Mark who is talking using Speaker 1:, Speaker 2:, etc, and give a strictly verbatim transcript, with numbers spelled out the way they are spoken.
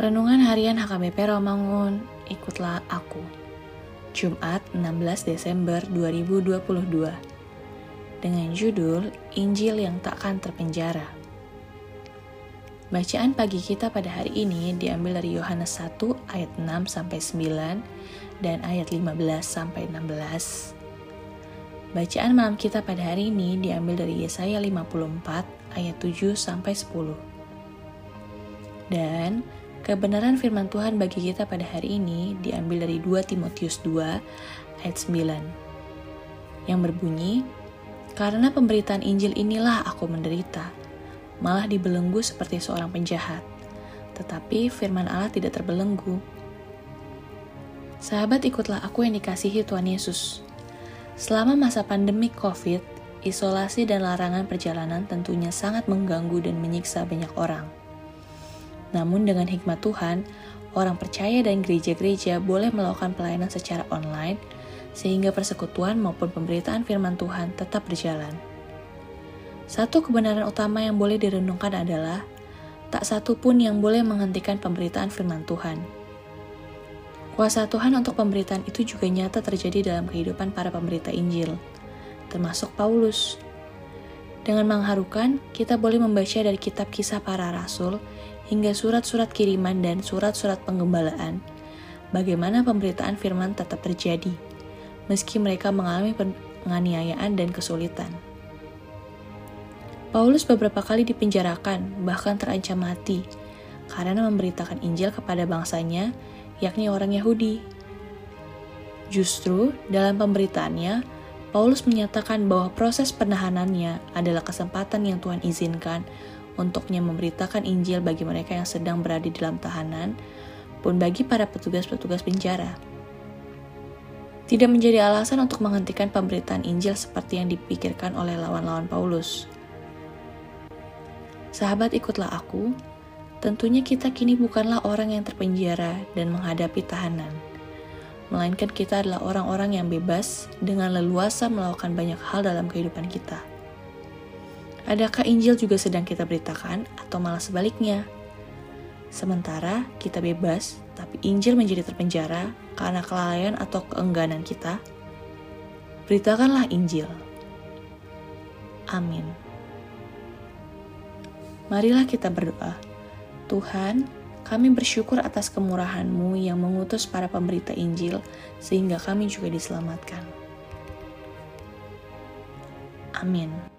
Speaker 1: Renungan Harian H K B P Romangun, ikutlah aku. Jumat enam belas Desember dua ribu dua puluh dua. Dengan judul Injil yang takkan terpenjara. Bacaan pagi kita pada hari ini diambil dari Yohanes satu ayat enam sampai sembilan dan ayat lima belas sampai enam belas. Bacaan malam kita pada hari ini diambil dari Yesaya lima puluh empat ayat tujuh sampai sepuluh. Dan kebenaran firman Tuhan bagi kita pada hari ini diambil dari dua Timotius dua ayat sembilan yang berbunyi, "Karena pemberitaan Injil inilah aku menderita, malah dibelenggu seperti seorang penjahat, tetapi firman Allah tidak terbelenggu." Sahabat, ikutlah aku yang dikasihi Tuhan Yesus. Selama masa pandemi COVID, isolasi dan larangan perjalanan tentunya sangat mengganggu dan menyiksa banyak orang. Namun dengan hikmat Tuhan, orang percaya dan gereja-gereja boleh melakukan pelayanan secara online, sehingga persekutuan maupun pemberitaan firman Tuhan tetap berjalan. Satu kebenaran utama yang boleh direnungkan adalah, tak satu pun yang boleh menghentikan pemberitaan firman Tuhan. Kuasa Tuhan untuk pemberitaan itu juga nyata terjadi dalam kehidupan para pemberita Injil, termasuk Paulus. Dengan mengharukan, kita boleh membaca dari kitab Kisah Para Rasul, hingga surat-surat kiriman dan surat-surat penggembalaan, bagaimana pemberitaan firman tetap terjadi, meski mereka mengalami penganiayaan dan kesulitan. Paulus beberapa kali dipenjarakan, bahkan terancam mati, karena memberitakan Injil kepada bangsanya, yakni orang Yahudi. Justru, dalam pemberitaannya, Paulus menyatakan bahwa proses penahanannya adalah kesempatan yang Tuhan izinkan untuknya memberitakan Injil bagi mereka yang sedang berada di dalam tahanan, pun bagi para petugas-petugas penjara. Tidak menjadi alasan untuk menghentikan pemberitaan Injil seperti yang dipikirkan oleh lawan-lawan Paulus. Sahabat, ikutlah aku. Tentunya kita kini bukanlah orang yang terpenjara dan menghadapi tahanan, melainkan kita adalah orang-orang yang bebas dengan leluasa melakukan banyak hal dalam kehidupan kita. Adakah Injil juga sedang kita beritakan atau malah sebaliknya? Sementara kita bebas, tapi Injil menjadi terpenjara karena kelalaian atau keengganan kita. Beritakanlah Injil. Amin. Marilah kita berdoa. Tuhan, kami bersyukur atas kemurahan-Mu yang mengutus para pemberita Injil sehingga kami juga diselamatkan. Amin.